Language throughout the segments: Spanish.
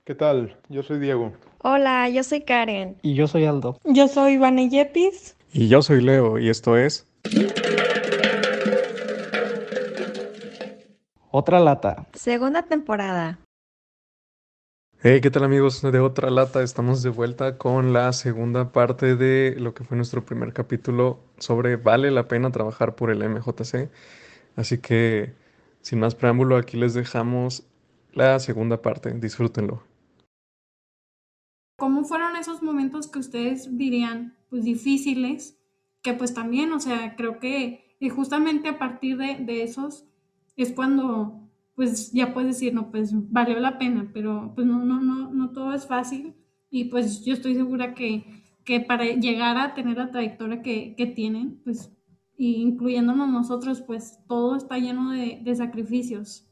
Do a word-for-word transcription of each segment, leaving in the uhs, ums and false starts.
¿Qué tal? Yo soy Diego. Hola, yo soy Karen. Y yo soy Aldo. Yo soy Vane Yepis. Y yo soy Leo y esto es... Otra lata. Segunda temporada. Hey, ¿qué tal amigos de Otra Lata? Estamos de vuelta con la segunda parte de lo que fue nuestro primer capítulo sobre ¿vale la pena trabajar por el M J C? Así que, sin más preámbulo, aquí les dejamos la segunda parte. Disfrútenlo. ¿Cómo fueron esos momentos que ustedes dirían, pues difíciles? Que pues también, o sea, creo que y justamente a partir de, de esos es cuando pues ya puedes decir, no, pues valió la pena, pero pues no, no, no, no todo es fácil y pues yo estoy segura que, que para llegar a tener la trayectoria que, que tienen, pues y incluyéndonos nosotros, pues todo está lleno de, de sacrificios.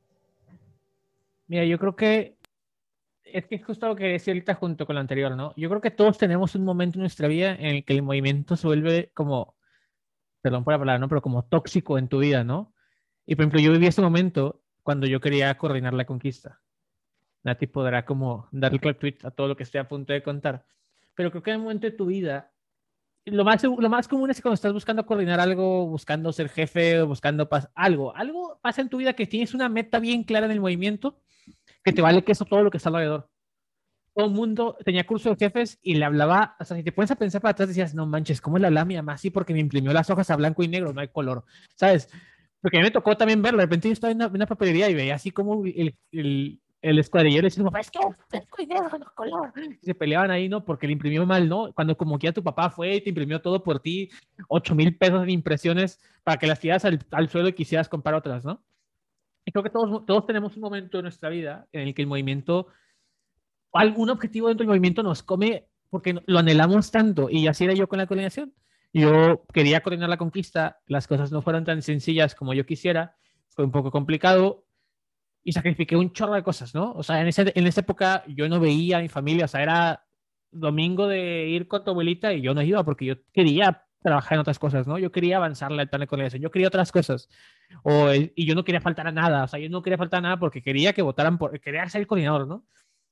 Mira, yo creo que es que es justo lo que decía ahorita junto con lo anterior, ¿no? Yo creo que todos tenemos un momento en nuestra vida en el que el movimiento se vuelve como, perdón por la palabra, ¿no? Pero como tóxico en tu vida, ¿no? Y por ejemplo, yo viví ese momento cuando yo quería coordinar la conquista. Nati podrá como darle click tweet a todo lo que estoy a punto de contar. Pero creo que en un momento de tu vida, lo más, lo más común es que cuando estás buscando coordinar algo, buscando ser jefe, o buscando pas algo, algo pasa en tu vida que tienes una meta bien clara en el movimiento que te vale que eso todo lo que está alrededor. Todo el mundo tenía curso de jefes y le hablaba, o sea, si te pones a pensar para atrás, decías, no manches, ¿cómo le hablaba a mi mamá así? Porque me imprimió las hojas a blanco y negro, no hay color, ¿sabes? Porque a mí me tocó también verlo, de repente yo estaba en una, en una papelería y veía así como el, el, el escuadrillero decía, papá, es que blanco y negro no es color. Y se peleaban ahí, ¿no? Porque le imprimió mal, ¿no? Cuando como que ya tu papá fue y te imprimió todo por ti, ocho mil pesos en impresiones para que las tiraras al, al suelo y quisieras comprar otras, ¿no? Y creo que todos, todos tenemos un momento en nuestra vida en el que el movimiento algún objetivo dentro del movimiento nos come porque lo anhelamos tanto y así era yo con la coordinación. Yo quería coordinar la conquista, las cosas no fueron tan sencillas como yo quisiera, fue un poco complicado y sacrifiqué un chorro de cosas, ¿no? O sea, en, ese, en esa época yo no veía a mi familia, o sea, era domingo de ir con tu abuelita y yo no iba porque yo quería trabajar en otras cosas, ¿no? Yo quería avanzar el plan de coordinación, yo quería otras cosas. O, y yo no quería faltar a nada, o sea, yo no quería faltar a nada porque quería que votaran por, quería ser el coordinador, ¿no?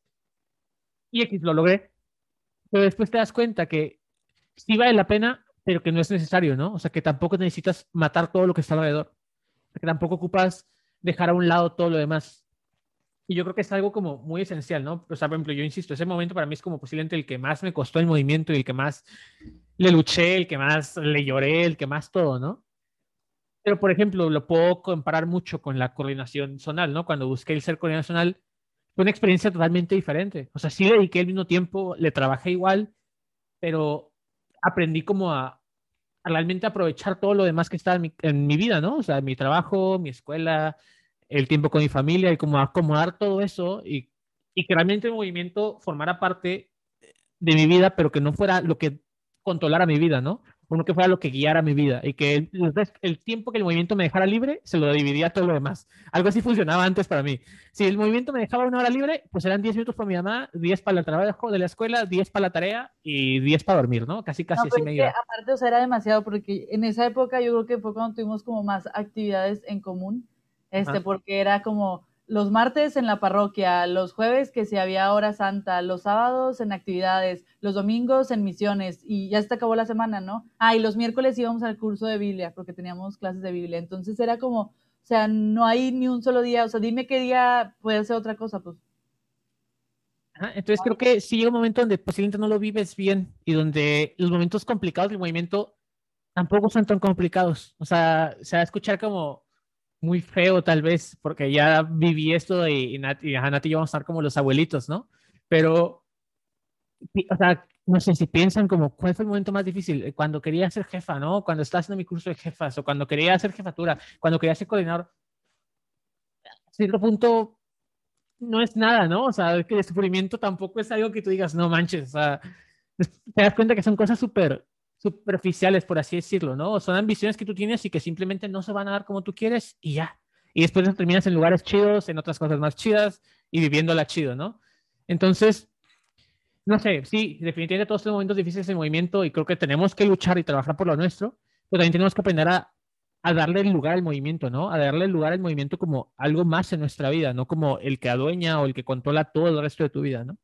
Y X lo logré. Pero después te das cuenta que sí vale la pena, pero que no es necesario, ¿no? O sea, que tampoco necesitas matar todo lo que está alrededor. Que tampoco ocupas dejar a un lado todo lo demás. Y yo creo que es algo como muy esencial, ¿no? O sea, por ejemplo, yo insisto, ese momento para mí es como posiblemente el que más me costó el movimiento y el que más le luché, el que más le lloré, el que más todo, ¿no? Pero, por ejemplo, lo puedo comparar mucho con la coordinación zonal, ¿no? Cuando busqué el ser coordinador zonal, fue una experiencia totalmente diferente. O sea, sí le dediqué el mismo tiempo, le trabajé igual, pero aprendí como a, a realmente aprovechar todo lo demás que está en mi, en mi vida, ¿no? O sea, mi trabajo, mi escuela, el tiempo con mi familia y como acomodar todo eso y, y que realmente el movimiento formara parte de mi vida, pero que no fuera lo que controlara mi vida, ¿no? Uno que fuera lo que guiara mi vida y que el, el tiempo que el movimiento me dejara libre se lo dividía a todo lo demás. Algo así funcionaba antes para mí. Si el movimiento me dejaba una hora libre, pues eran diez minutos para mi mamá, diez para el trabajo de la escuela, diez para la tarea y diez para dormir, ¿no? Casi, No, casi así pero es me que iba. aparte, o sea, era demasiado, porque en esa época yo creo que fue cuando tuvimos como más actividades en común, este, Ajá. porque era como los martes en la parroquia, los jueves que si había hora santa, los sábados en actividades, los domingos en misiones, y ya se acabó la semana, ¿no? Ah, y los miércoles íbamos al curso de Biblia, porque teníamos clases de Biblia, entonces era como, o sea, no hay ni un solo día, o sea, dime qué día puede hacer otra cosa, pues. Ajá. Entonces creo que sí llega un momento donde posiblemente no lo vives bien y donde los momentos complicados del movimiento tampoco son tan complicados. O sea, se va a escuchar como muy feo tal vez, porque ya viví esto y, y, Nat, y a Nati y yo vamos a estar como los abuelitos, ¿no? Pero, o sea, no sé si piensan como, ¿cuál fue el momento más difícil? Eh, Cuando quería ser jefa, ¿no? Cuando estaba haciendo mi curso de jefas o cuando quería hacer jefatura, cuando quería ser coordinador. A cierto punto no es nada, ¿no? O sea, que el sufrimiento tampoco es algo que tú digas, no manches, o sea, te das cuenta que son cosas súper superficiales, por así decirlo, ¿no? Son ambiciones que tú tienes y que simplemente no se van a dar como tú quieres y ya. Y después terminas en lugares chidos, en otras cosas más chidas y viviéndola chido, ¿no? Entonces, no sé, sí, definitivamente todos estos momentos difíciles de movimiento y creo que tenemos que luchar y trabajar por lo nuestro, pero también tenemos que aprender a a darle el lugar al movimiento, ¿no? A darle el lugar al movimiento como algo más en nuestra vida, no como el que adueña o el que controla todo el resto de tu vida, ¿no?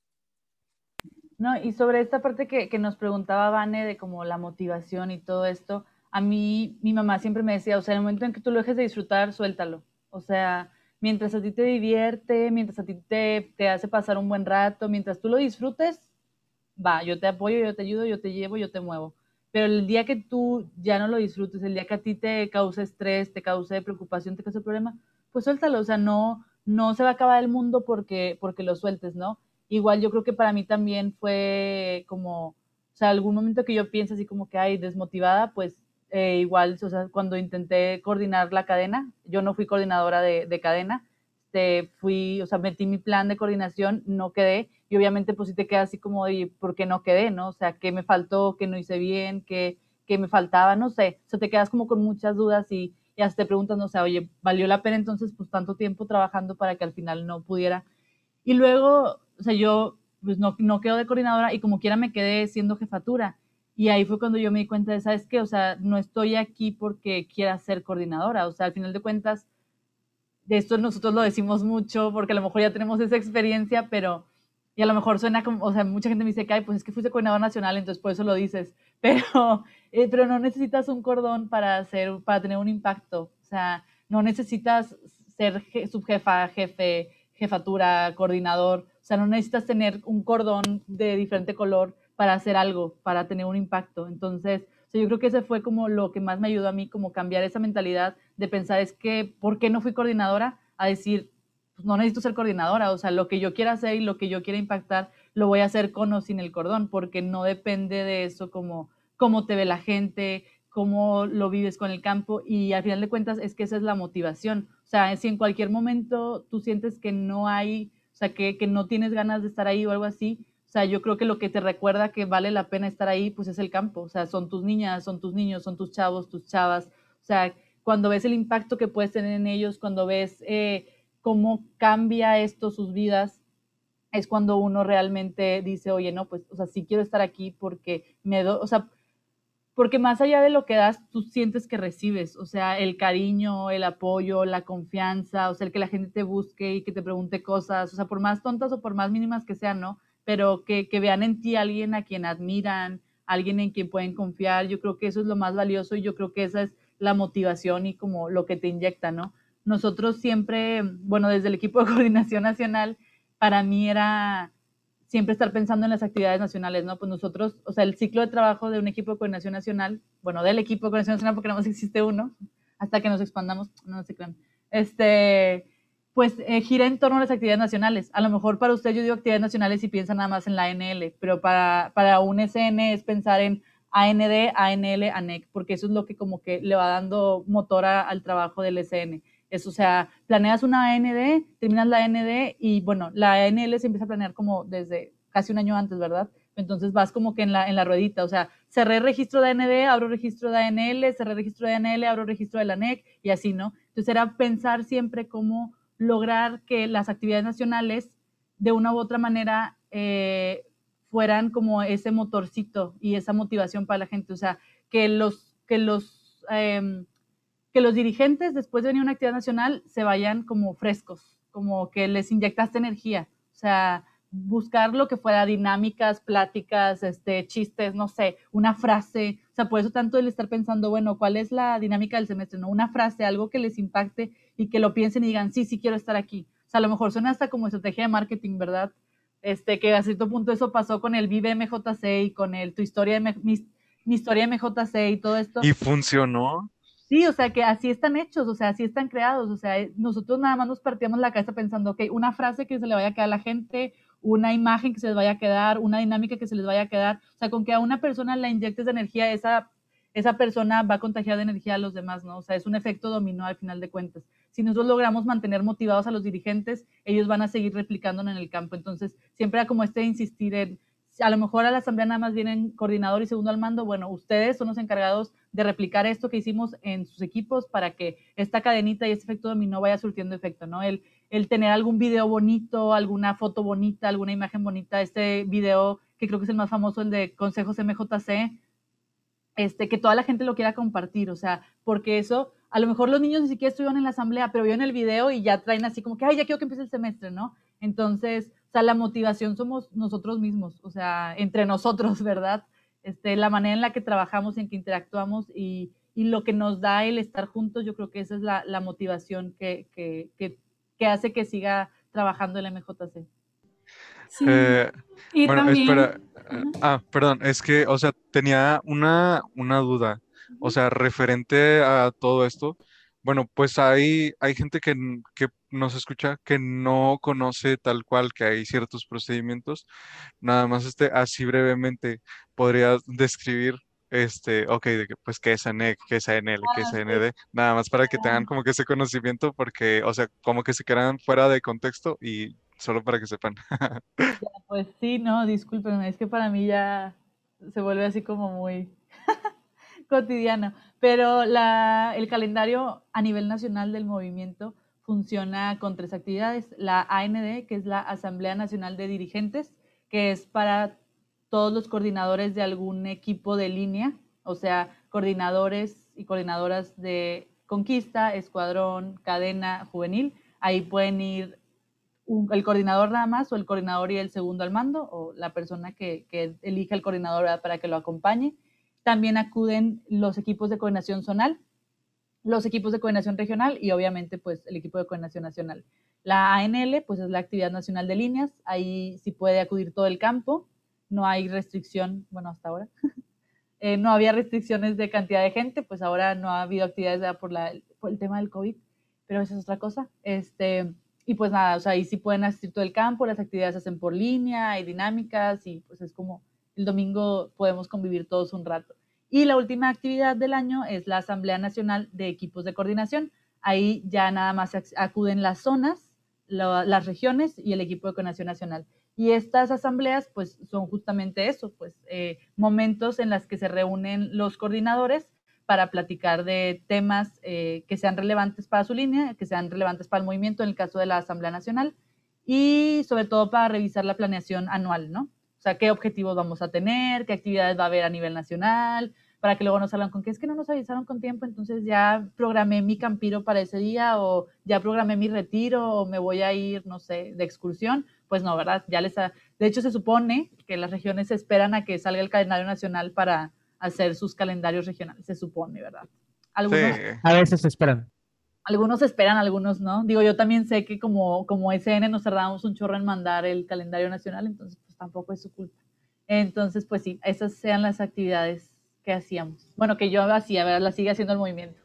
No, y sobre esta parte que, que nos preguntaba Vane de como la motivación y todo esto, a mí mi mamá siempre me decía, o sea, en el momento en que tú lo dejes de disfrutar, suéltalo. O sea, mientras a ti te divierte, mientras a ti te, te hace pasar un buen rato, mientras tú lo disfrutes, va, yo te apoyo, yo te ayudo, yo te llevo, yo te muevo. Pero el día que tú ya no lo disfrutes, el día que a ti te cause estrés, te cause preocupación, te cause problema, pues suéltalo, o sea, no, no se va a acabar el mundo porque, porque lo sueltes, ¿no? Igual yo creo que para mí también fue como, o sea, algún momento que yo pienso así como que, ay, desmotivada, pues eh, igual, o sea, cuando intenté coordinar la cadena, yo no fui coordinadora de, de cadena, este, fui, o sea, metí mi plan de coordinación, no quedé, y obviamente pues sí te quedas así como, oye, ¿por qué no quedé, no? O sea, ¿qué me faltó? ¿Qué no hice bien? ¿Qué, qué me faltaba? No sé, o sea, te quedas como con muchas dudas y, y hasta te preguntas, no sé, oye, ¿valió la pena entonces pues tanto tiempo trabajando para que al final no pudiera? Y luego, o sea, yo pues no, no quedo de coordinadora y como quiera me quedé siendo jefatura. Y ahí fue cuando yo me di cuenta de, ¿sabes qué? O sea, no estoy aquí porque quiera ser coordinadora. O sea, al final de cuentas, de esto nosotros lo decimos mucho porque a lo mejor ya tenemos esa experiencia, pero y a lo mejor suena como, o sea, mucha gente me dice que, ay, pues es que fuiste coordinador nacional, entonces por eso lo dices, pero, eh, pero no necesitas un cordón para, hacer, para tener un impacto, o sea, no necesitas ser je, subjefa, jefe, jefatura, coordinador, o sea, no necesitas tener un cordón de diferente color para hacer algo, para tener un impacto, entonces, o sea, yo creo que ese fue como lo que más me ayudó a mí, como cambiar esa mentalidad de pensar es que, ¿por qué no fui coordinadora? A decir, pues no necesito ser coordinadora, o sea, lo que yo quiera hacer y lo que yo quiera impactar, lo voy a hacer con o sin el cordón, porque no depende de eso como cómo te ve la gente, cómo lo vives con el campo, y al final de cuentas es que esa es la motivación. O sea, si en cualquier momento tú sientes que no hay, o sea, que, que no tienes ganas de estar ahí o algo así, o sea, yo creo que lo que te recuerda que vale la pena estar ahí, pues es el campo. O sea, son tus niñas, son tus niños, son tus chavos, tus chavas. O sea, cuando ves el impacto que puedes tener en ellos, cuando ves eh, cómo cambia esto sus vidas, es cuando uno realmente dice, oye, no, pues, o sea, sí quiero estar aquí porque me do, o sea, porque más allá de lo que das, tú sientes que recibes, o sea, el cariño, el apoyo, la confianza, o sea, el que la gente te busque y que te pregunte cosas, o sea, por más tontas o por más mínimas que sean, ¿no? Pero que, que vean en ti a alguien a quien admiran, alguien en quien pueden confiar, yo creo que eso es lo más valioso y yo creo que esa es la motivación y como lo que te inyecta, ¿no? Nosotros siempre, bueno, desde el equipo de coordinación nacional, para mí era siempre estar pensando en las actividades nacionales, ¿no? Pues nosotros, o sea, el ciclo de trabajo de un equipo de coordinación nacional, bueno, del equipo de coordinación nacional, porque nada más existe uno, hasta que nos expandamos, no, no se crean, este, pues eh, gira en torno a las actividades nacionales. A lo mejor para usted yo digo actividades nacionales y piensa nada más en la A N L, pero para, para un S N es pensar en A N D, A N L, A N E C, porque eso es lo que como que le va dando motor a, al trabajo del S N. Es, o sea, planeas una A N D, terminas la A N D y bueno, la A N L se empieza a planear como desde casi un año antes, ¿verdad? Entonces vas como que en la, en la ruedita, o sea, cerré registro de A N D, abro registro de A N L, cerré registro de A N L, abro registro de la N E C y así, ¿no? Entonces era pensar siempre cómo lograr que las actividades nacionales de una u otra manera eh, fueran como ese motorcito y esa motivación para la gente, o sea, que los, que los eh, que los dirigentes, después de venir a una actividad nacional, se vayan como frescos, como que les inyectaste energía. O sea, buscar lo que fuera dinámicas, pláticas, este, chistes, no sé, una frase. O sea, por eso tanto el estar pensando, bueno, ¿cuál es la dinámica del semestre? ¿No? Una frase, algo que les impacte y que lo piensen y digan, sí, sí quiero estar aquí. O sea, a lo mejor suena hasta como estrategia de marketing, ¿verdad? Este, que a cierto punto eso pasó con el Vive M J C y con el Tu Historia de mi, mi Historia M J C y todo esto. ¿Y funcionó? Sí, o sea, que así están hechos, o sea, así están creados, o sea, nosotros nada más nos partíamos la cabeza pensando, ok, una frase que se le vaya a quedar a la gente, una imagen que se les vaya a quedar, una dinámica que se les vaya a quedar, o sea, con que a una persona le inyectes de energía, esa, esa persona va a contagiar de energía a los demás, ¿no? O sea, es un efecto dominó al final de cuentas. Si nosotros logramos mantener motivados a los dirigentes, ellos van a seguir replicándolo en el campo, entonces siempre era como este insistir en, a lo mejor a la asamblea nada más vienen coordinador y segundo al mando, bueno, ustedes son los encargados de replicar esto que hicimos en sus equipos para que esta cadenita y este efecto dominó vaya surtiendo efecto, ¿no? El, el tener algún video bonito, alguna foto bonita, alguna imagen bonita, este video que creo que es el más famoso, el de Consejos M J C, este, que toda la gente lo quiera compartir, o sea, porque eso, a lo mejor los niños ni siquiera estuvieron en la asamblea, pero vieron el video y ya traen así como que, ay, ya quiero que empiece el semestre, ¿no? Entonces, o sea, la motivación somos nosotros mismos, o sea, entre nosotros, ¿verdad? Este, la manera en la que trabajamos, en que interactuamos y, y lo que nos da el estar juntos, yo creo que esa es la, la motivación que, que, que, que hace que siga trabajando el M J C. Sí. Eh, Y bueno, espera. también, eh, Ah, perdón, es que, o sea, tenía una, una duda. O sea, referente a todo esto. Bueno, pues hay, hay gente que, n- que nos escucha que no conoce tal cual que hay ciertos procedimientos. Nada más, este, así brevemente, podrías describir, este, ok, de que, pues, qué es A N E C, qué es A N L, qué es Ah, sí. A N D, nada más para que tengan como que ese conocimiento, porque, o sea, como que se quedan fuera de contexto y solo para que sepan. Pues sí, no, discúlpenme, es que para mí ya se vuelve así como muy cotidiano, pero la, el calendario a nivel nacional del movimiento funciona con tres actividades. La A N D, que es la Asamblea Nacional de Dirigentes, que es para todos los coordinadores de algún equipo de línea, o sea, coordinadores y coordinadoras de conquista, escuadrón, cadena, juvenil. Ahí pueden ir un, el coordinador nada más o el coordinador y el segundo al mando o la persona que, que elija el coordinador, ¿verdad?, para que lo acompañe. También acuden los equipos de coordinación zonal, los equipos de coordinación regional y obviamente pues el equipo de coordinación nacional. La A N L pues es la actividad nacional de líneas, ahí sí puede acudir todo el campo, no hay restricción, bueno, hasta ahora. Eh, no había restricciones de cantidad de gente, pues ahora no ha habido actividades, ¿verdad?, por, la, por el tema del COVID, pero esa es otra cosa. Este, y pues nada, o sea, ahí sí pueden asistir todo el campo, las actividades se hacen por línea, hay dinámicas y pues es como el domingo podemos convivir todos un rato. Y la última actividad del año es la Asamblea Nacional de Equipos de Coordinación. Ahí ya nada más acuden las zonas, lo, las regiones y el equipo de coordinación nacional. Y estas asambleas pues son justamente eso, pues eh, momentos en los que se reúnen los coordinadores para platicar de temas eh, que sean relevantes para su línea, que sean relevantes para el movimiento en el caso de la Asamblea Nacional y sobre todo para revisar la planeación anual, ¿no? O sea, qué objetivos vamos a tener, qué actividades va a haber a nivel nacional, para que luego nos hablan con que es que no nos avisaron con tiempo, entonces ya programé mi campiro para ese día o ya programé mi retiro o me voy a ir, no sé, de excursión. Pues no, ¿verdad? Ya les ha... De hecho, se supone que las regiones esperan a que salga el calendario nacional para hacer sus calendarios regionales, se supone, ¿verdad? Sí, Algunos, A veces esperan. algunos esperan, algunos no. Digo, yo también sé que como, como S N nos tardamos un chorro en mandar el calendario nacional, entonces pues tampoco es su culpa. Entonces, pues sí, esas sean las actividades que hacíamos. Bueno, que yo hacía, ¿verdad? La sigue haciendo el movimiento.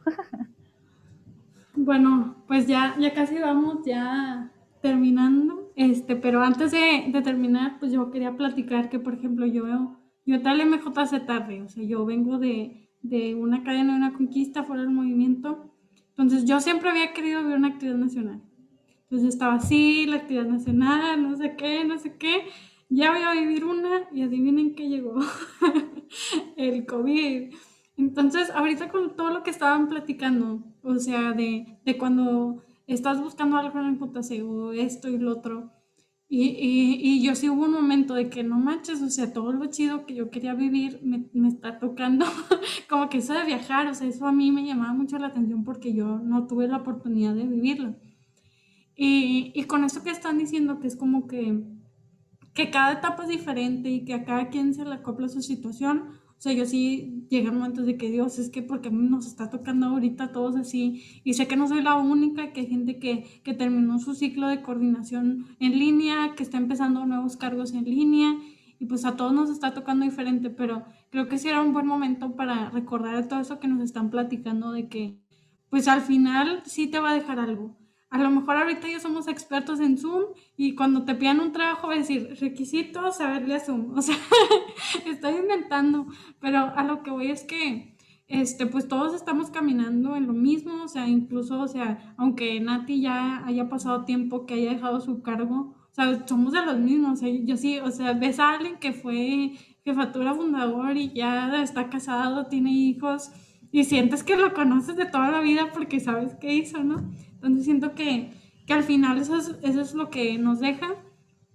bueno, pues ya, ya casi vamos ya terminando, este, pero antes de, de terminar, pues yo quería platicar que, por ejemplo, yo veo, yo tal M J C tarde, o sea, yo vengo de, de una cadena de una conquista fuera del movimiento, entonces yo siempre había querido ver una actividad nacional. Entonces estaba así, la actividad nacional, no sé qué, no sé qué. Ya voy a vivir una y adivinen qué llegó. El COVID. Entonces, ahorita con todo lo que estaban platicando, o sea, de, de cuando estás buscando algo en el J C o esto y lo otro, y, y, y yo sí hubo un momento de que no manches, o sea, todo lo chido que yo quería vivir me, me está tocando, como que eso de viajar, o sea, eso a mí me llamaba mucho la atención porque yo no tuve la oportunidad de vivirlo. Y, y con esto que están diciendo que es como que, que cada etapa es diferente y que a cada quien se le acopla su situación. O sea, yo sí llegué a momentos de que Dios, es que porque a mí nos está tocando ahorita a todos así. Y sé que no soy la única, que hay gente que, que terminó su ciclo de coordinación en línea, que está empezando nuevos cargos en línea. Y pues a todos nos está tocando diferente, pero creo que sí era un buen momento para recordar todo eso que nos están platicando de que pues al final sí te va a dejar algo. A lo mejor ahorita ya somos expertos en Zoom y cuando te pidan un trabajo va a decir requisitos, saberle a Zoom. O sea, estoy inventando, pero a lo que voy es que este, pues todos estamos caminando en lo mismo, o sea, incluso, o sea, aunque Nati ya haya pasado tiempo que haya dejado su cargo, o sea, somos de los mismos, o sea, yo sí, o sea, ves a alguien que fue jefatura fundador y ya está casado, tiene hijos y sientes que lo conoces de toda la vida porque sabes qué hizo, ¿no? Entonces siento que, que al final eso es, eso es lo que nos deja. Y pues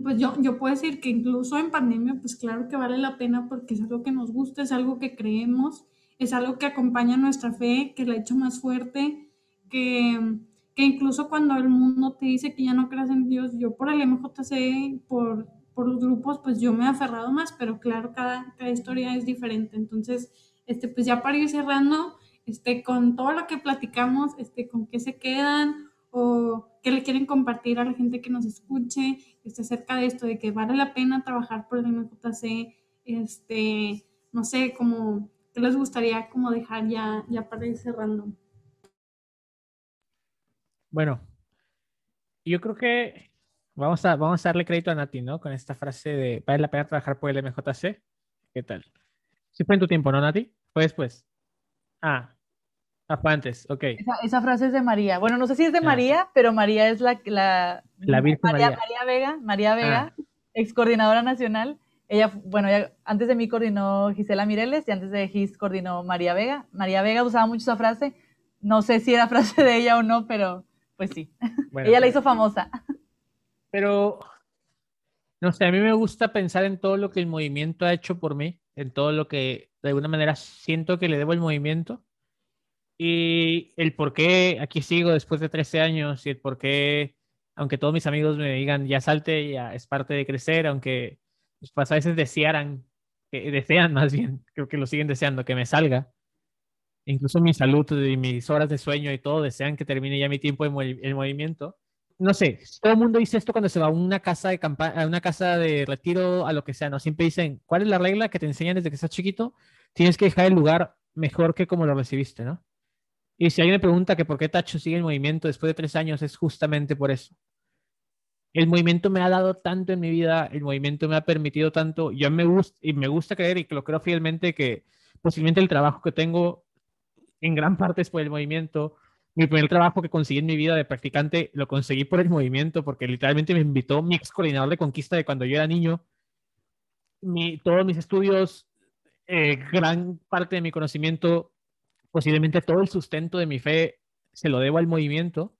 pues yo, yo puedo decir que incluso en pandemia, pues claro que vale la pena porque es algo que nos gusta, es algo que creemos, es algo que acompaña nuestra fe, que la ha hecho más fuerte, que, que incluso cuando el mundo te dice que ya no creas en Dios, yo por el M J C, por, por los grupos, pues yo me he aferrado más, pero claro, cada, cada historia es diferente. Entonces, este, pues ya para ir cerrando, este, con todo lo que platicamos, este, con qué se quedan o qué le quieren compartir a la gente que nos escuche, este, acerca de esto, de que vale la pena trabajar por el M J C, este, no sé, como, ¿qué les gustaría como dejar ya, ya para ir cerrando? Bueno, yo creo que vamos a, vamos a darle crédito a Nati, ¿no? Con esta frase de vale la pena trabajar por el M J C. ¿Qué tal? Sí fue en tu tiempo, ¿no, Nati? Fue después. Ah, ah, fue antes, ok. Esa, esa frase es de María. Bueno, no sé si es de Ah. María, pero María es la, la, La Virgen María, María. María Vega, María Vega, Ah. ex coordinadora nacional. Ella, bueno, ella, antes de mí coordinó Gisela Mireles y antes de Gis coordinó María Vega. María Vega usaba mucho esa frase. No sé si era frase de ella o no, pero pues sí. Bueno, ella la pero, hizo famosa. pero, no sé, a mí me gusta pensar en todo lo que el movimiento ha hecho por mí, en todo lo que de alguna manera siento que le debo al movimiento y el por qué aquí sigo después de trece años y el por qué, aunque todos mis amigos me digan ya salte, ya es parte de crecer, aunque pues, a veces desearan, que desean más bien, creo que lo siguen deseando, que me salga. Incluso mi salud y mis horas de sueño y todo desean que termine ya mi tiempo en movi- el movimiento. No sé, todo el mundo dice esto cuando se va a una casa de campa- a una casa de retiro, a lo que sea, ¿no? Siempre dicen, ¿cuál es la regla que te enseñan desde que estás chiquito? Tienes que dejar el lugar mejor que como lo recibiste, ¿no? Y si alguien me pregunta que por qué Tacho sigue el movimiento después de tres años, es justamente por eso. El movimiento me ha dado tanto en mi vida, el movimiento me ha permitido tanto, yo me gusta, y me gusta creer y que lo creo fielmente que posiblemente el trabajo que tengo en gran parte es por el movimiento. Mi primer trabajo que conseguí en mi vida de practicante lo conseguí por el movimiento, porque literalmente me invitó mi ex coordinador de conquista de cuando yo era niño. Mi, todos mis estudios, eh, gran parte de mi conocimiento, posiblemente todo el sustento de mi fe, se lo debo al movimiento.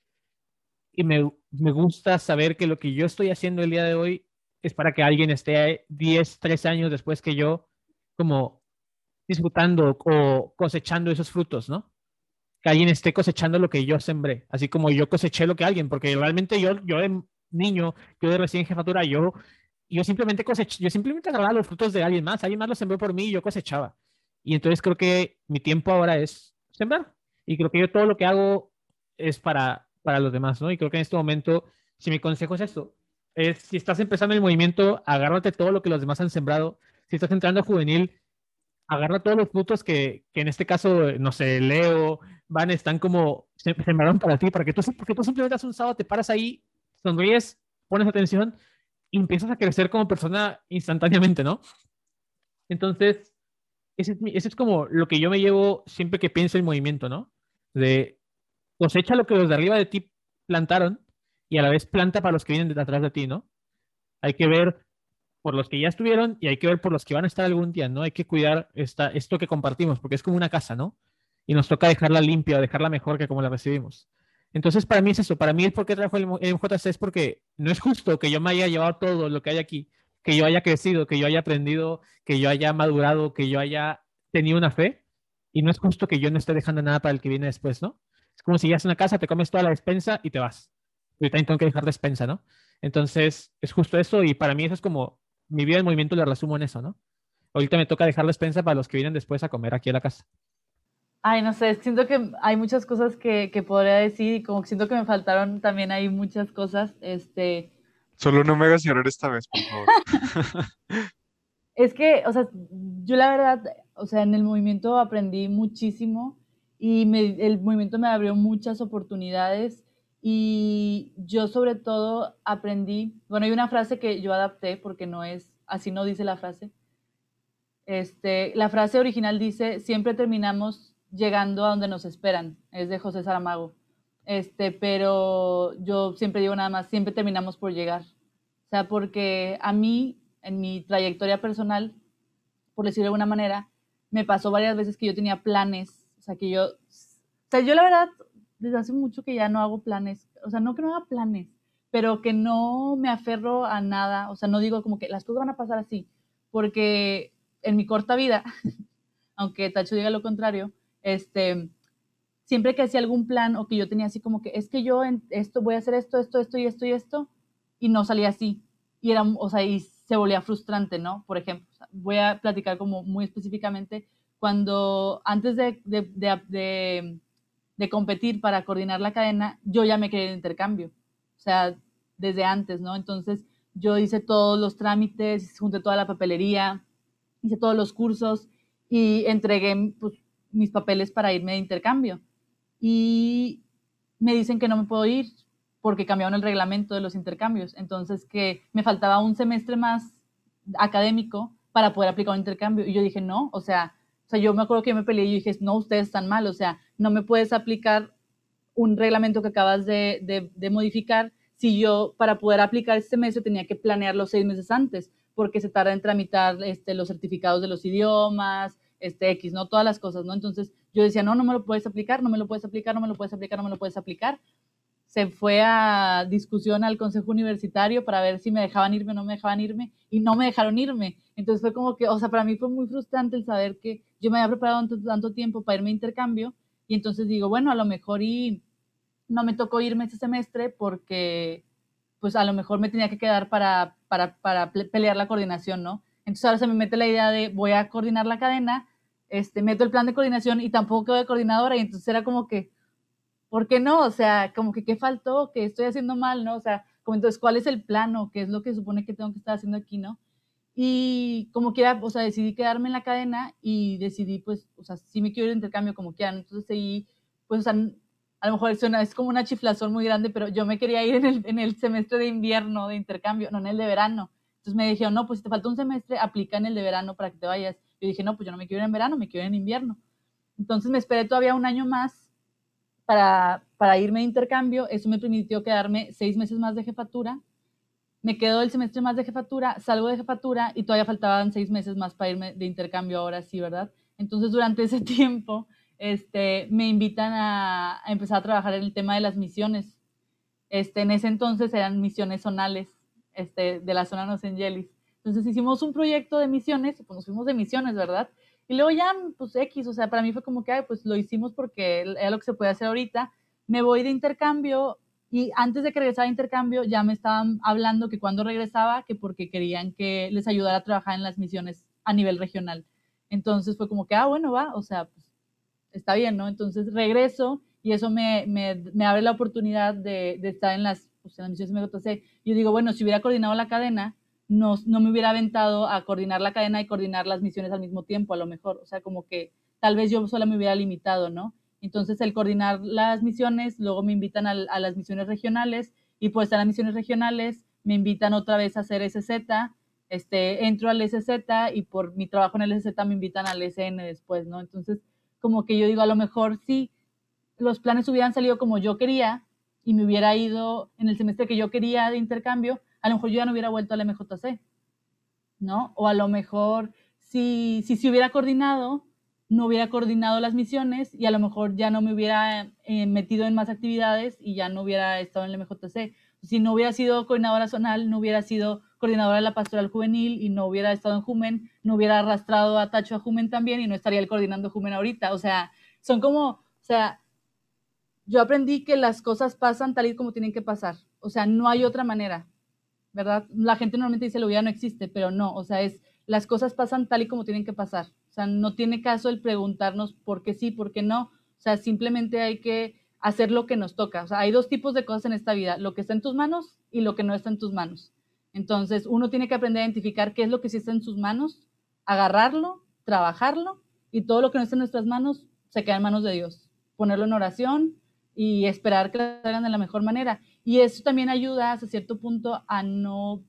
Y me, me gusta saber que lo que yo estoy haciendo el día de hoy es para que alguien esté diez tres años después que yo, como disfrutando o cosechando esos frutos, ¿no? Que alguien esté cosechando lo que yo sembré, así como yo coseché lo que alguien, porque realmente yo, yo de niño, yo de recién jefatura, yo, yo simplemente coseché, yo simplemente agarraba los frutos de alguien más, alguien más los sembró por mí y yo cosechaba. Y entonces creo que mi tiempo ahora es sembrar. Y creo que yo todo lo que hago es para, para los demás, ¿no? Y creo que en este momento, si mi consejo es esto, es si estás empezando el movimiento, agárrate todo lo que los demás han sembrado. Si estás entrando a juvenil, agarra todos los frutos que, que en este caso, no sé, Leo, Van, están como se- sembraron para ti, para que tú, porque tú simplemente haces un sábado, te paras ahí, sonríes, pones atención y empiezas a crecer como persona instantáneamente, ¿no? Entonces, ese es, mi- ese es como lo que yo me llevo siempre que pienso en movimiento, ¿no? De cosecha lo que los de arriba de ti plantaron y a la vez planta para los que vienen de atrás de ti, ¿no? Hay que ver por los que ya estuvieron y hay que ver por los que van a estar algún día, ¿no? Hay que cuidar esta, esto que compartimos, porque es como una casa, ¿no? Y nos toca dejarla limpia, dejarla mejor que como la recibimos. Entonces, para mí es eso. Para mí, el por qué trabajo en el M J C es porque no es justo que yo me haya llevado todo lo que hay aquí, que yo haya crecido, que yo haya aprendido, que yo haya madurado, que yo haya tenido una fe. Y no es justo que yo no esté dejando nada para el que viene después, ¿no? Es como si llegas a una casa, te comes toda la despensa y te vas. Yo también tengo que dejar despensa, ¿no? Entonces, es justo eso. Y para mí eso es como mi vida en movimiento la resumo en eso, ¿no? Ahorita me toca dejar despensa para los que vienen después a comer aquí a la casa. Ay, no sé, siento que hay muchas cosas que, que podría decir y como que siento que me faltaron también hay muchas cosas. Este, Solo no me hagas llorar esta vez, por favor. es que, o sea, yo la verdad, o sea, en el movimiento aprendí muchísimo y me, el movimiento me abrió muchas oportunidades y yo sobre todo aprendí, bueno, hay una frase que yo adapté porque no es, así no dice la frase. Este, la frase original dice, siempre terminamos llegando a donde nos esperan, es de José Saramago. Este, pero yo siempre digo nada más, siempre terminamos por llegar. O sea, porque a mí, en mi trayectoria personal, por decirlo de alguna manera, me pasó varias veces que yo tenía planes, o sea, que yo, o sea, yo la verdad, desde hace mucho que ya no hago planes, o sea, no que no haga planes, pero que no me aferro a nada, o sea, no digo como que las cosas van a pasar así, porque en mi corta vida, aunque Tacho diga lo contrario, este, siempre que hacía algún plan o que yo tenía así como que es que yo en esto voy a hacer esto, esto, esto y esto y esto, y no salía así. Y era, o sea, y se volvía frustrante, ¿no? Por ejemplo, o sea, voy a platicar como muy específicamente cuando antes de, de, de, de, de competir para coordinar la cadena, yo ya me quería el intercambio. O sea, desde antes, ¿no? Entonces yo hice todos los trámites, junté toda la papelería, hice todos los cursos y entregué pues, mis papeles para irme de intercambio. Y me dicen que no me puedo ir porque cambiaron el reglamento de los intercambios. Entonces, que me faltaba un semestre más académico para poder aplicar un intercambio. Y yo dije, no, o sea, o sea yo me acuerdo que yo me peleé y dije, no, ustedes están mal, o sea, no me puedes aplicar un reglamento que acabas de, de, de modificar si yo, para poder aplicar este semestre, tenía que planearlo seis meses antes, porque se tarda en tramitar este, los certificados de los idiomas, este X, ¿no? Todas las cosas, ¿no? Entonces yo decía, no, no me lo puedes aplicar, no me lo puedes aplicar, no me lo puedes aplicar, no me lo puedes aplicar. Se fue a discusión al consejo universitario para ver si me dejaban irme o no me dejaban irme, y no me dejaron irme. Entonces fue como que, o sea, para mí fue muy frustrante el saber que yo me había preparado tanto, tanto tiempo para irme a intercambio, y entonces digo, bueno, a lo mejor y no me tocó irme este semestre porque pues a lo mejor me tenía que quedar para, para, para pelear la coordinación, ¿no? Entonces ahora se me mete la idea de voy a coordinar la cadena, este, meto el plan de coordinación y tampoco quedo de coordinadora, y entonces era como que, ¿por qué no? O sea, como que ¿qué faltó? ¿Qué estoy haciendo mal? ¿No? O sea, como entonces, ¿cuál es el plano? ¿Qué es lo que supone que tengo que estar haciendo aquí, no? Y como quiera, o sea, decidí quedarme en la cadena y decidí, pues, o sea, sí me quiero ir de intercambio como quieran. Entonces seguí, pues, o sea, a lo mejor suena, es como una chiflazón muy grande, pero yo me quería ir en el, en el semestre de invierno de intercambio, no en el de verano. Entonces me dijeron, no, pues si te falta un semestre, aplica en el de verano para que te vayas. Yo dije, no, pues yo no me quiero ir en verano, me quiero ir en invierno. Entonces me esperé todavía un año más para, para irme de intercambio. Eso me permitió quedarme seis meses más de jefatura. Me quedo el semestre más de jefatura, salgo de jefatura y todavía faltaban seis meses más para irme de intercambio ahora sí, ¿verdad? Entonces durante ese tiempo este, me invitan a, a empezar a trabajar en el tema de las misiones. Este, en ese entonces eran misiones zonales este, de la zona Los Angeles. Entonces hicimos un proyecto de misiones, pues nos fuimos de misiones, ¿verdad? Y luego ya, pues X, o sea, para mí fue como que, ay, pues lo hicimos porque era lo que se puede hacer ahorita. Me voy de intercambio y antes de que regresara de intercambio ya me estaban hablando que cuando regresaba, que porque querían que les ayudara a trabajar en las misiones a nivel regional. Entonces fue como que, ah, bueno, va, o sea, pues está bien, ¿no? Entonces regreso y eso me, me, me abre la oportunidad de, de estar en las, pues, en las misiones M J C. Yo digo, bueno, si hubiera coordinado la cadena, no, no me hubiera aventado a coordinar la cadena y coordinar las misiones al mismo tiempo, a lo mejor. O sea, como que tal vez yo sola me hubiera limitado, ¿no? Entonces, el coordinar las misiones, luego me invitan a, a las misiones regionales y por estar en las misiones regionales me invitan otra vez a hacer S Z, este, entro al S Z y por mi trabajo en el S Z me invitan al S N después, ¿no? Entonces, como que yo digo, a lo mejor sí, los planes hubieran salido como yo quería y me hubiera ido en el semestre que yo quería de intercambio, a lo mejor yo ya no hubiera vuelto al M J C, ¿no? O a lo mejor si, si se hubiera coordinado, no hubiera coordinado las misiones y a lo mejor ya no me hubiera eh, metido en más actividades y ya no hubiera estado en el M J C. Si no hubiera sido coordinadora zonal, no hubiera sido coordinadora de la pastoral juvenil y no hubiera estado en Jumen, no hubiera arrastrado a Tacho a Jumen también y no estaría él coordinando Jumen ahorita. O sea, son como, o sea, yo aprendí que las cosas pasan tal y como tienen que pasar. O sea, no hay otra manera, ¿verdad? La gente normalmente dice, la vida no existe, pero no, o sea, es, las cosas pasan tal y como tienen que pasar. O sea, no tiene caso el preguntarnos por qué sí, por qué no. O sea, simplemente hay que hacer lo que nos toca. O sea, hay dos tipos de cosas en esta vida, lo que está en tus manos y lo que no está en tus manos. Entonces, uno tiene que aprender a identificar qué es lo que sí está en sus manos, agarrarlo, trabajarlo, y todo lo que no está en nuestras manos se queda en manos de Dios. Ponerlo en oración y esperar que lo hagan de la mejor manera. Y eso también ayuda hasta cierto punto a no,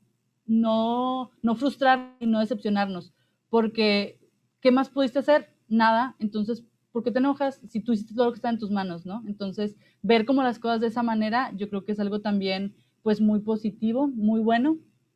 no, no frustrar y no decepcionarnos, porque ¿qué más pudiste hacer? Nada. Entonces, ¿por qué te enojas si tú hiciste todo lo que está en tus manos, no? Entonces, ver como las cosas de esa manera, yo creo que es algo también, pues, muy positivo, muy bueno.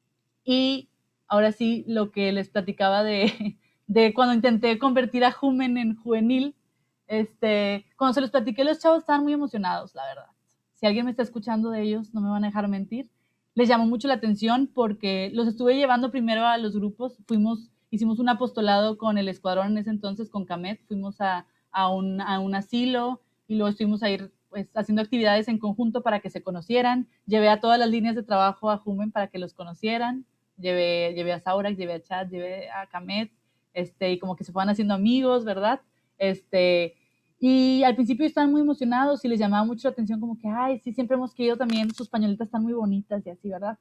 Y ahora sí, lo que les platicaba de, de cuando intenté convertir a Jumen en juvenil, este, cuando se los platiqué, los chavos estaban muy emocionados, la verdad. Si alguien me está escuchando de ellos, no me van a dejar mentir. les llamó mucho la atención porque los estuve llevando primero a los grupos, fuimos, hicimos un apostolado con el escuadrón en ese entonces, con Camet, fuimos a, a, un, a un asilo y luego estuvimos a ir pues, haciendo actividades en conjunto para que se conocieran, llevé a todas las líneas de trabajo a Jumen para que los conocieran, llevé, llevé a Saurac, llevé a Chad, llevé a Camet, este, y como que se fueran haciendo amigos, ¿verdad? Este... Y al principio estaban muy emocionados y les llamaba mucho la atención como que, ay, sí, siempre hemos querido también, sus pañoletas están muy bonitas y así, ¿verdad?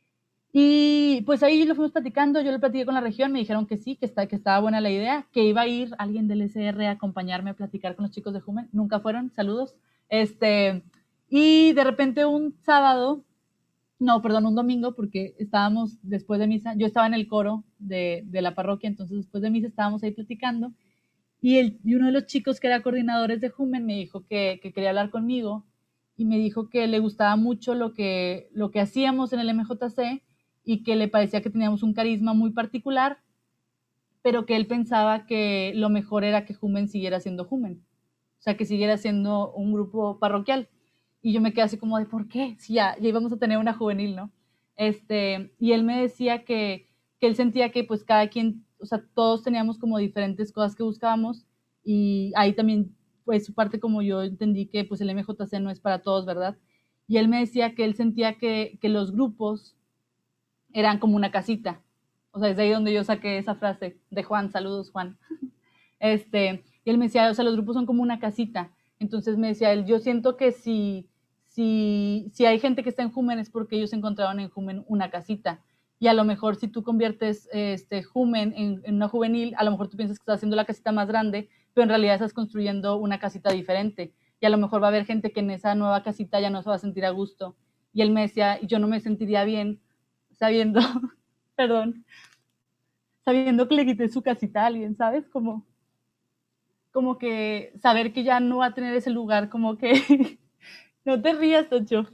Y pues ahí lo fuimos platicando, yo lo platiqué con la región, me dijeron que sí, que, está, que estaba buena la idea, que iba a ir alguien del S R a acompañarme a platicar con los chicos de Jumen, nunca fueron, saludos. Este, y de repente un sábado, no, perdón, un domingo, porque estábamos después de misa, yo estaba en el coro de, de la parroquia, entonces después de misa estábamos ahí platicando. Y, el, y uno de los chicos que era coordinadores de Jumen me dijo que, que quería hablar conmigo y me dijo que le gustaba mucho lo que, lo que hacíamos en el M J C y que le parecía que teníamos un carisma muy particular, pero que él pensaba que lo mejor era que Jumen siguiera siendo Jumen, o sea, que siguiera siendo un grupo parroquial. Y yo me quedé así como de, ¿por qué? Si ya, ya íbamos a tener una juvenil, ¿no? Este, y él me decía que, que él sentía que pues cada quien, o sea, todos teníamos como diferentes cosas que buscábamos y ahí también, pues su parte como yo entendí que pues el M J C no es para todos, ¿verdad? Y él me decía que él sentía que, que los grupos eran como una casita. O sea, es de ahí donde yo saqué esa frase de Juan, saludos Juan. Este, y él me decía, o sea, los grupos son como una casita. Entonces me decía él, yo siento que si, si, si hay gente que está en Jumen es porque ellos encontraron en Jumen una casita. Y a lo mejor si tú conviertes este Jumen en, en una juvenil, a lo mejor tú piensas que estás haciendo la casita más grande, pero en realidad estás construyendo una casita diferente. Y a lo mejor va a haber gente que en esa nueva casita ya no se va a sentir a gusto. Y él me decía, yo no me sentiría bien sabiendo, perdón, sabiendo que le quité su casita a alguien, ¿sabes? Como, como que saber que ya no va a tener ese lugar, como que, no te rías, Tocho.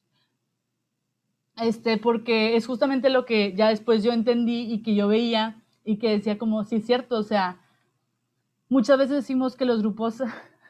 Este, porque es justamente lo que ya después yo entendí y que yo veía y que decía como, sí es cierto, o sea, muchas veces decimos que los grupos,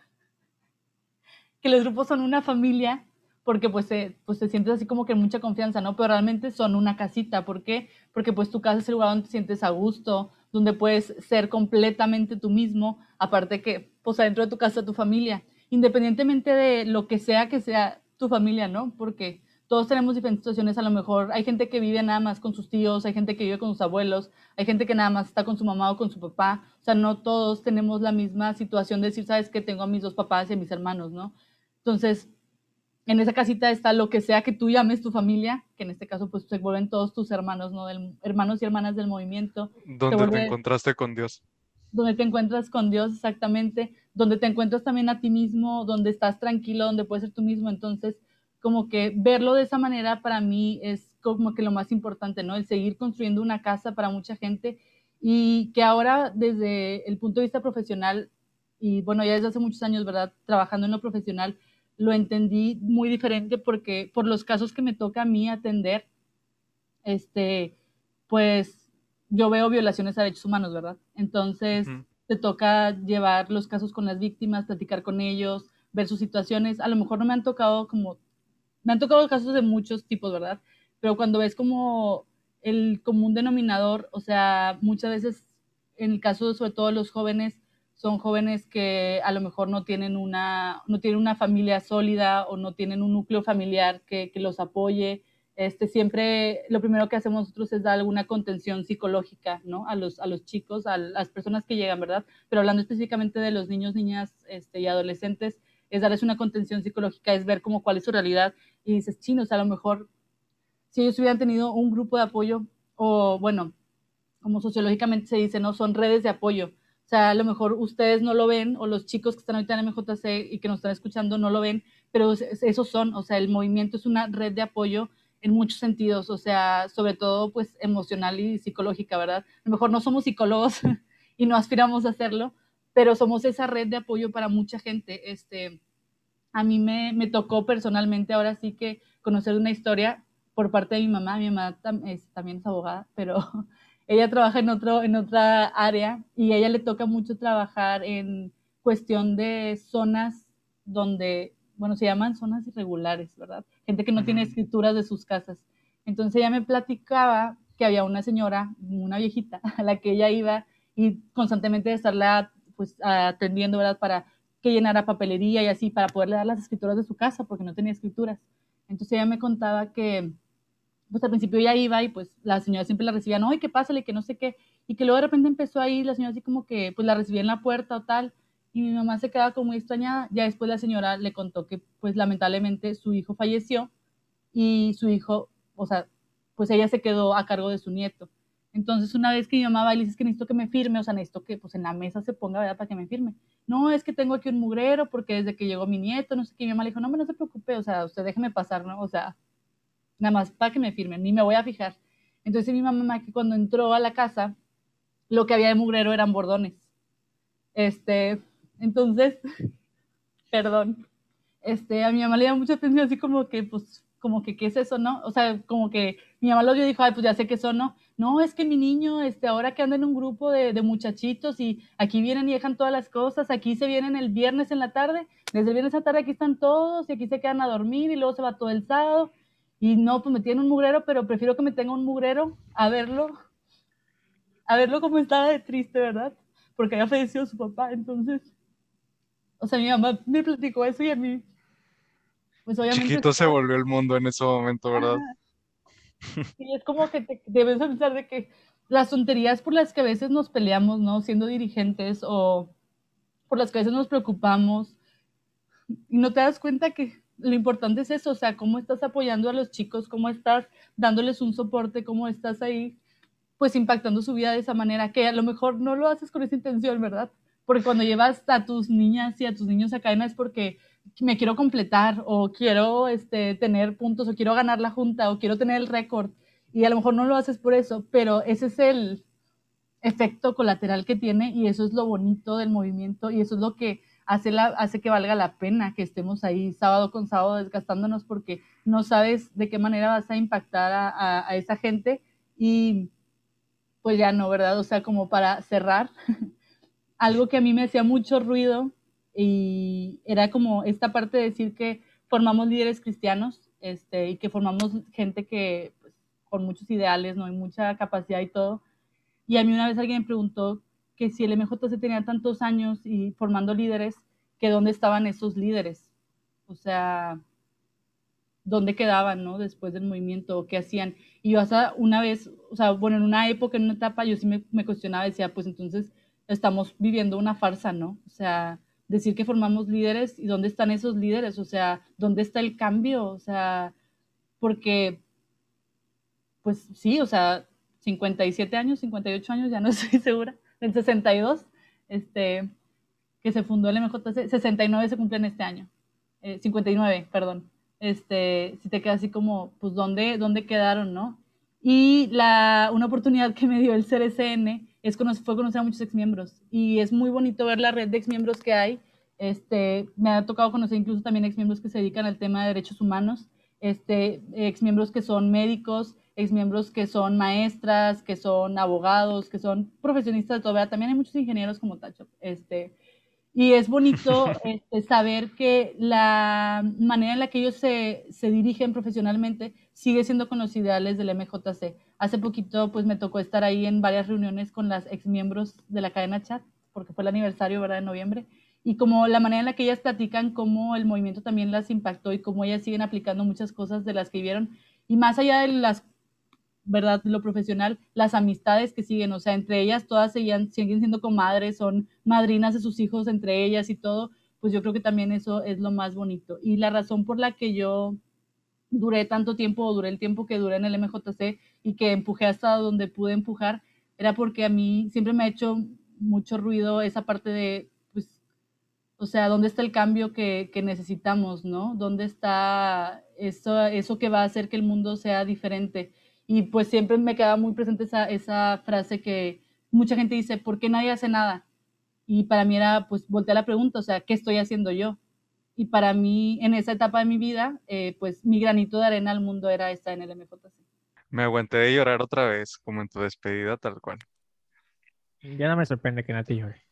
que los grupos son una familia, porque pues, se, pues te sientes así como que en mucha confianza, ¿no? Pero realmente son una casita, ¿por qué? Porque pues tu casa es el lugar donde te sientes a gusto, donde puedes ser completamente tú mismo, aparte que pues adentro de tu casa tu familia, independientemente de lo que sea que sea tu familia, ¿no? Porque todos tenemos diferentes situaciones, a lo mejor hay gente que vive nada más con sus tíos, hay gente que vive con sus abuelos, hay gente que nada más está con su mamá o con su papá, o sea, no todos tenemos la misma situación de decir, sabes que tengo a mis dos papás y a mis hermanos, ¿no? Entonces, en esa casita está lo que sea que tú llames tu familia, que en este caso pues se vuelven todos tus hermanos, ¿no? Del, hermanos y hermanas del movimiento. ¿Dónde vuelve, te encontraste con Dios? Donde te encuentras con Dios exactamente, donde te encuentras también a ti mismo, donde estás tranquilo, donde puedes ser tú mismo. Entonces, como que verlo de esa manera para mí es como que lo más importante, ¿no? El seguir construyendo una casa para mucha gente y que ahora desde el punto de vista profesional, y bueno, ya desde hace muchos años, ¿verdad? Trabajando en lo profesional, lo entendí muy diferente porque por los casos que me toca a mí atender, este, pues yo veo violaciones a derechos humanos, ¿verdad? Entonces, uh-huh. te toca llevar los casos con las víctimas, platicar con ellos, ver sus situaciones. A lo mejor no me han tocado como, me han tocado casos de muchos tipos, ¿verdad? Pero cuando ves como el común denominador, o sea, muchas veces, en el caso de sobre todo los jóvenes, son jóvenes que a lo mejor no tienen una, no tienen una familia sólida o no tienen un núcleo familiar que, que los apoye. Este, siempre lo primero que hacemos nosotros es dar alguna contención psicológica, ¿no? A los, a los chicos, a las personas que llegan, ¿verdad? Pero hablando específicamente de los niños, niñas este, y adolescentes, es darles una contención psicológica, es ver como cuál es su realidad y dices, chinos, a lo mejor si ellos hubieran tenido un grupo de apoyo o, bueno, como sociológicamente se dice, ¿no? Son redes de apoyo. O sea, a lo mejor ustedes no lo ven, o los chicos que están ahorita en M J C y que nos están escuchando no lo ven, pero esos son, o sea, el movimiento es una red de apoyo en muchos sentidos, o sea, sobre todo, pues, emocional y psicológica, ¿verdad? A lo mejor no somos psicólogos y no aspiramos a hacerlo, pero somos esa red de apoyo para mucha gente. Este, a mí me, me tocó personalmente ahora sí que conocer una historia por parte de mi mamá. Mi mamá tam, es, también es abogada, pero ella trabaja en, otro, en otra área y a ella le toca mucho trabajar en cuestión de zonas donde, bueno, se llaman zonas irregulares, ¿verdad? Gente que no uh-huh. tiene escrituras de sus casas. Entonces ella me platicaba que había una señora, una viejita, a la que ella iba y constantemente de estarla pues atendiendo, ¿verdad? Para que llenara papelería y así, para poderle dar las escrituras de su casa, porque no tenía escrituras. Entonces ella me contaba que pues al principio ella iba y pues la señora siempre la recibía, no, y que pásale, que no sé qué, y que luego de repente empezó ahí la señora así como que pues la recibía en la puerta o tal, y mi mamá se quedaba como muy extrañada. Ya después la señora le contó que pues lamentablemente su hijo falleció y su hijo, o sea, pues ella se quedó a cargo de su nieto. Entonces una vez que mi mamá va y le dice que necesito que me firme, o sea, necesito que pues en la mesa se ponga, ¿verdad? Para que me firme. No, es que tengo aquí un mugrero porque desde que llegó mi nieto, no sé qué, mi mamá le dijo, no, no se preocupe, o sea, usted déjeme pasar, ¿no? O sea, nada más para que me firmen, ni me voy a fijar. Entonces mi mamá que cuando entró a la casa, lo que había de mugrero eran bordones. Este, entonces, perdón, este, a mi mamá le dio mucha atención así como que, pues, como que, ¿qué es eso, no? O sea, como que mi mamá lo vio y dijo, ay, pues ya sé qué son, ¿no? No, es que mi niño, este, ahora que anda en un grupo de, de muchachitos y aquí vienen y dejan todas las cosas, aquí se vienen el viernes en la tarde, desde el viernes a la tarde aquí están todos y aquí se quedan a dormir y luego se va todo el sábado y no, pues me tienen un mugrero, pero prefiero que me tenga un mugrero a verlo, a verlo como estaba de triste, ¿verdad? Porque había fallecido su papá, entonces, o sea, mi mamá me platicó eso y a mí, pues obviamente, Chiquito se volvió el mundo en ese momento, ¿verdad? ajá, y es como que te debes pensar de que las tonterías por las que a veces nos peleamos, ¿no? Siendo dirigentes o por las que a veces nos preocupamos y no te das cuenta que lo importante es eso, o sea, cómo estás apoyando a los chicos, cómo estás dándoles un soporte, cómo estás ahí, pues impactando su vida de esa manera, que a lo mejor no lo haces con esa intención, ¿verdad? Porque cuando llevas a tus niñas y a tus niños a cadena es porque me quiero completar o quiero este, tener puntos o quiero ganar la junta o quiero tener el récord y a lo mejor no lo haces por eso, pero ese es el efecto colateral que tiene y eso es lo bonito del movimiento y eso es lo que hace, la, hace que valga la pena que estemos ahí sábado con sábado desgastándonos porque no sabes de qué manera vas a impactar a, a, a esa gente y pues ya no, ¿verdad? O sea, como para cerrar, algo que a mí me hacía mucho ruido y era como esta parte de decir que formamos líderes cristianos este, y que formamos gente que pues, con muchos ideales, ¿no? Y mucha capacidad y todo. Y a mí una vez alguien me preguntó que si el M J C tenía tantos años y formando líderes, que dónde estaban esos líderes. O sea, dónde quedaban, ¿no? Después del movimiento, qué hacían. Y yo hasta una vez, o sea, bueno, en una época, en una etapa, yo sí me, me cuestionaba, decía, pues entonces estamos viviendo una farsa, ¿no? O sea, decir que formamos líderes y dónde están esos líderes, o sea, dónde está el cambio, o sea, porque, pues sí, o sea, cincuenta y siete años, cincuenta y ocho años, ya no estoy segura, del sesenta y dos, este, que se fundó el M J C, sesenta y nueve se cumplen este año, eh, cincuenta y nueve, perdón. Este, si te quedas así como, pues, ¿dónde, dónde quedaron, no? Y la, una oportunidad que me dio el C R C N es conocer, fue conocer a muchos exmiembros y es muy bonito ver la red de exmiembros que hay. Este, me ha tocado conocer incluso también exmiembros que se dedican al tema de derechos humanos, este, exmiembros que son médicos, exmiembros que son maestras, que son abogados, que son profesionistas de todo, ¿verdad? También hay muchos ingenieros como Tacho, este, y es bonito este, saber que la manera en la que ellos se, se dirigen profesionalmente sigue siendo con los ideales del M J C. Hace poquito pues me tocó estar ahí en varias reuniones con las exmiembros de la cadena Chat, porque fue el aniversario, ¿verdad?, de noviembre, y como la manera en la que ellas platican cómo el movimiento también las impactó y cómo ellas siguen aplicando muchas cosas de las que vivieron, y más allá de las ¿verdad? Lo profesional, las amistades que siguen, o sea, entre ellas todas siguen, siguen siendo comadres, son madrinas de sus hijos entre ellas y todo, pues yo creo que también eso es lo más bonito. Y la razón por la que yo duré tanto tiempo, o duré el tiempo que duré en el M J C y que empujé hasta donde pude empujar, era porque a mí siempre me ha hecho mucho ruido esa parte de, pues, o sea, ¿dónde está el cambio que, que necesitamos, no? ¿Dónde está eso, eso que va a hacer que el mundo sea diferente? Y pues siempre me queda muy presente esa, esa frase que mucha gente dice, ¿por qué nadie hace nada? Y para mí era, pues, voltear la pregunta, o sea, ¿qué estoy haciendo yo? Y para mí, en esa etapa de mi vida, eh, pues, mi granito de arena al mundo era estar en el M J C. Me aguanté de llorar otra vez, como en tu despedida, tal cual. Ya no me sorprende que Nati llore.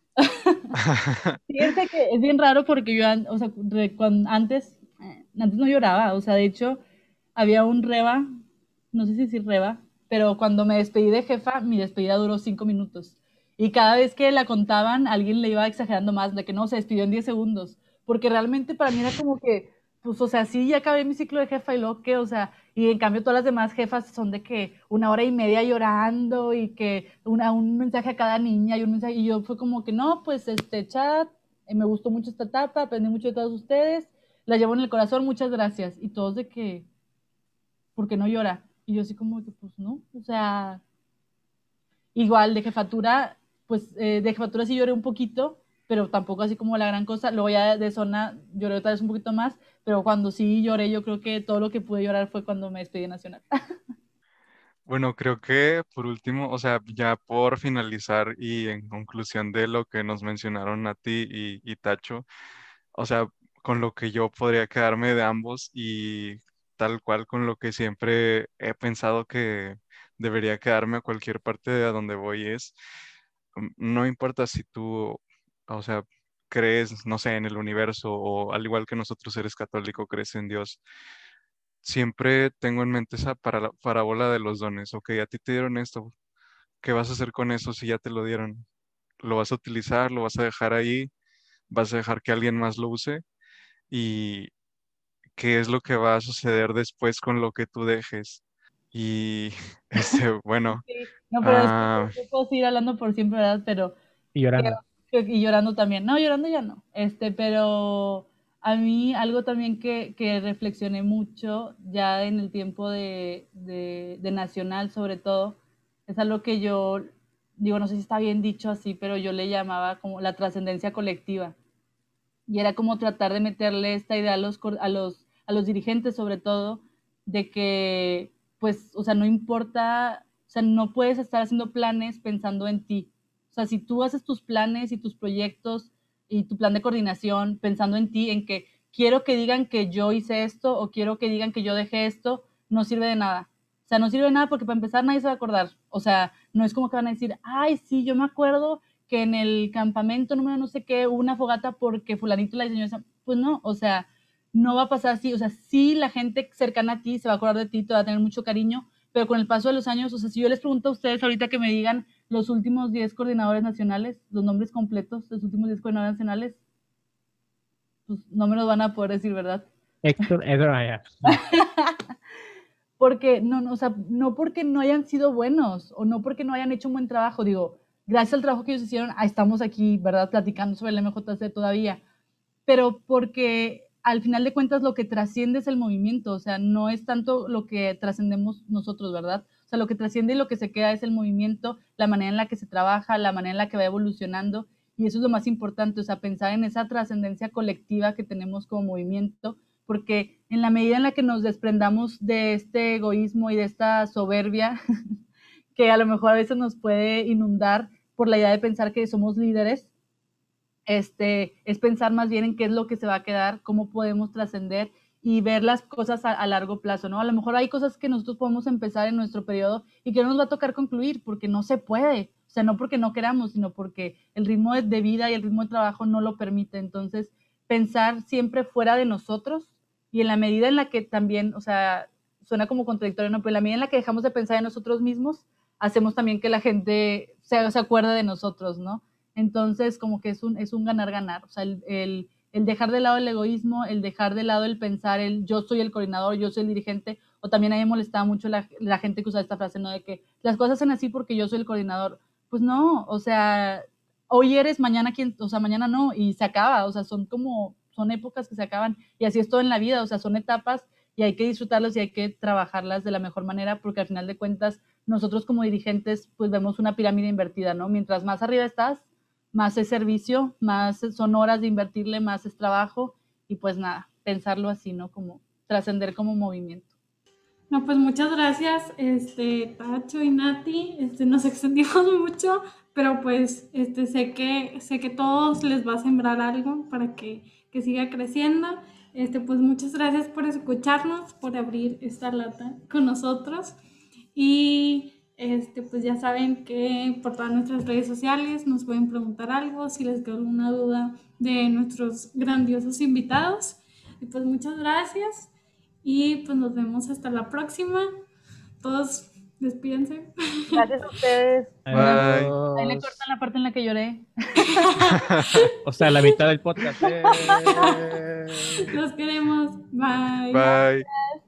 Fíjense que es bien raro porque yo, o sea, cuando, antes, eh, antes no lloraba, o sea, de hecho, había un reba no sé si decir reba, pero cuando me despedí de jefa, mi despedida duró cinco minutos. Y cada vez que la contaban, alguien le iba exagerando más, de que no, se despidió en diez segundos. Porque realmente para mí era como que, pues, o sea, sí, ya acabé mi ciclo de jefa y luego qué, o sea, y en cambio todas las demás jefas son de que una hora y media llorando y que una, un mensaje a cada niña y un mensaje, y yo fue como que no, pues este chat, eh, me gustó mucho esta etapa, aprendí mucho de todos ustedes, la llevo en el corazón, muchas gracias. Y todos de que, ¿por qué no llora? Y yo así como que, pues no, o sea, igual de jefatura, pues eh, de jefatura sí lloré un poquito, pero tampoco así como la gran cosa. Luego ya de zona lloré otra vez un poquito más, pero cuando sí lloré, yo creo que todo lo que pude llorar fue cuando me despedí de Nacional. Bueno, creo que por último, o sea, ya por finalizar y en conclusión de lo que nos mencionaron a ti y, y Tacho, o sea, con lo que yo podría quedarme de ambos y tal cual con lo que siempre he pensado que debería quedarme a cualquier parte de a donde voy es, mm, no importa si tú, o sea, crees, no sé, en el universo o al igual que nosotros eres católico, crees en Dios, siempre tengo en mente esa para- parábola de los dones. Ok, a ti te dieron esto, ¿qué vas a hacer con eso si ya te lo dieron? ¿Lo vas a utilizar? ¿Lo vas a dejar ahí? ¿Vas a dejar que alguien más lo use? ¿Y qué es lo que va a suceder después con lo que tú dejes? Y este, bueno, Sí, no, pero es que ah, yo puedo seguir hablando por siempre, ¿verdad? Pero Y que- llorando. que- y llorando también. No, llorando ya no. Este, pero a mí algo también que, que reflexioné mucho ya en el tiempo de, de, de Nacional, sobre todo, es algo que yo digo, no sé si está bien dicho así, pero yo le llamaba como la trascendencia colectiva. Y era como tratar de meterle esta idea a los, a los, a los dirigentes, sobre todo, de que, pues, o sea, no importa, o sea, no puedes estar haciendo planes pensando en ti. O sea, si tú haces tus planes y tus proyectos y tu plan de coordinación pensando en ti, en que quiero que digan que yo hice esto o quiero que digan que yo dejé esto, no sirve de nada. O sea, no sirve de nada porque para empezar nadie se va a acordar. O sea, no es como que van a decir, ay, sí, yo me acuerdo que en el campamento número no sé qué hubo una fogata porque fulanito la diseñó esa. Pues no, o sea, no va a pasar así. O sea, sí la gente cercana a ti se va a acordar de ti, te va a tener mucho cariño, pero con el paso de los años, o sea, si yo les pregunto a ustedes ahorita que me digan los últimos diez coordinadores nacionales, los nombres completos de los últimos diez coordinadores nacionales, pues no me los van a poder decir, ¿verdad? Héctor Edraya. Porque no, no, o sea, no porque no hayan sido buenos o no porque no hayan hecho un buen trabajo, digo, gracias al trabajo que ellos hicieron, ah, estamos aquí, ¿verdad? Platicando sobre el M J C todavía, pero porque al final de cuentas lo que trasciende es el movimiento, o sea, no es tanto lo que trascendemos nosotros, ¿verdad? O sea, lo que trasciende y lo que se queda es el movimiento, la manera en la que se trabaja, la manera en la que va evolucionando, y eso es lo más importante, o sea, pensar en esa trascendencia colectiva que tenemos como movimiento, porque en la medida en la que nos desprendamos de este egoísmo y de esta soberbia, que a lo mejor a veces nos puede inundar por la idea de pensar que somos líderes, este, es pensar más bien en qué es lo que se va a quedar, cómo podemos trascender y ver las cosas a, a, largo plazo, ¿no? A lo mejor hay cosas que nosotros podemos empezar en nuestro periodo y que no nos va a tocar concluir porque no se puede, o sea, no porque no queramos, sino porque el ritmo de vida y el ritmo de trabajo no lo permite. Entonces, pensar siempre fuera de nosotros y en la medida en la que también, o sea, suena como contradictorio, ¿no? Pero en la medida en la que dejamos de pensar en nosotros mismos, hacemos también que la gente se, se acuerde de nosotros, ¿no? Entonces, como que es un, es un ganar-ganar. O sea, el, el, el, dejar de lado el egoísmo, el dejar de lado el pensar el yo soy el coordinador, yo soy el dirigente, o también a mí me molestaba mucho la, la gente que usa esta frase, ¿no? De que las cosas hacen así porque yo soy el coordinador. Pues no, o sea, hoy eres, mañana quien, o sea, mañana no, y se acaba, o sea, son como, son épocas que se acaban, y así es todo en la vida, o sea, son etapas y hay que disfrutarlas y hay que trabajarlas de la mejor manera, porque al final de cuentas, nosotros como dirigentes, pues vemos una pirámide invertida, ¿no? Mientras más arriba estás, más es servicio, más son horas de invertirle, más es trabajo y pues nada, pensarlo así, ¿no? Como trascender como movimiento. No, pues muchas gracias, este, Tacho y Nati, este, nos extendimos mucho, pero pues este, sé que sé que todos les va a sembrar algo para que, que siga creciendo. Este, pues muchas gracias por escucharnos, por abrir esta lata con nosotros y este, pues ya saben que por todas nuestras redes sociales nos pueden preguntar algo, si les quedó alguna duda de nuestros grandiosos invitados. Y pues muchas gracias y pues nos vemos hasta la próxima. todos despídense. Gracias a ustedes. Bye. Ahí le cortan la parte en la que lloré. O sea, la mitad del podcast. Eh. Los queremos. Bye. Bye.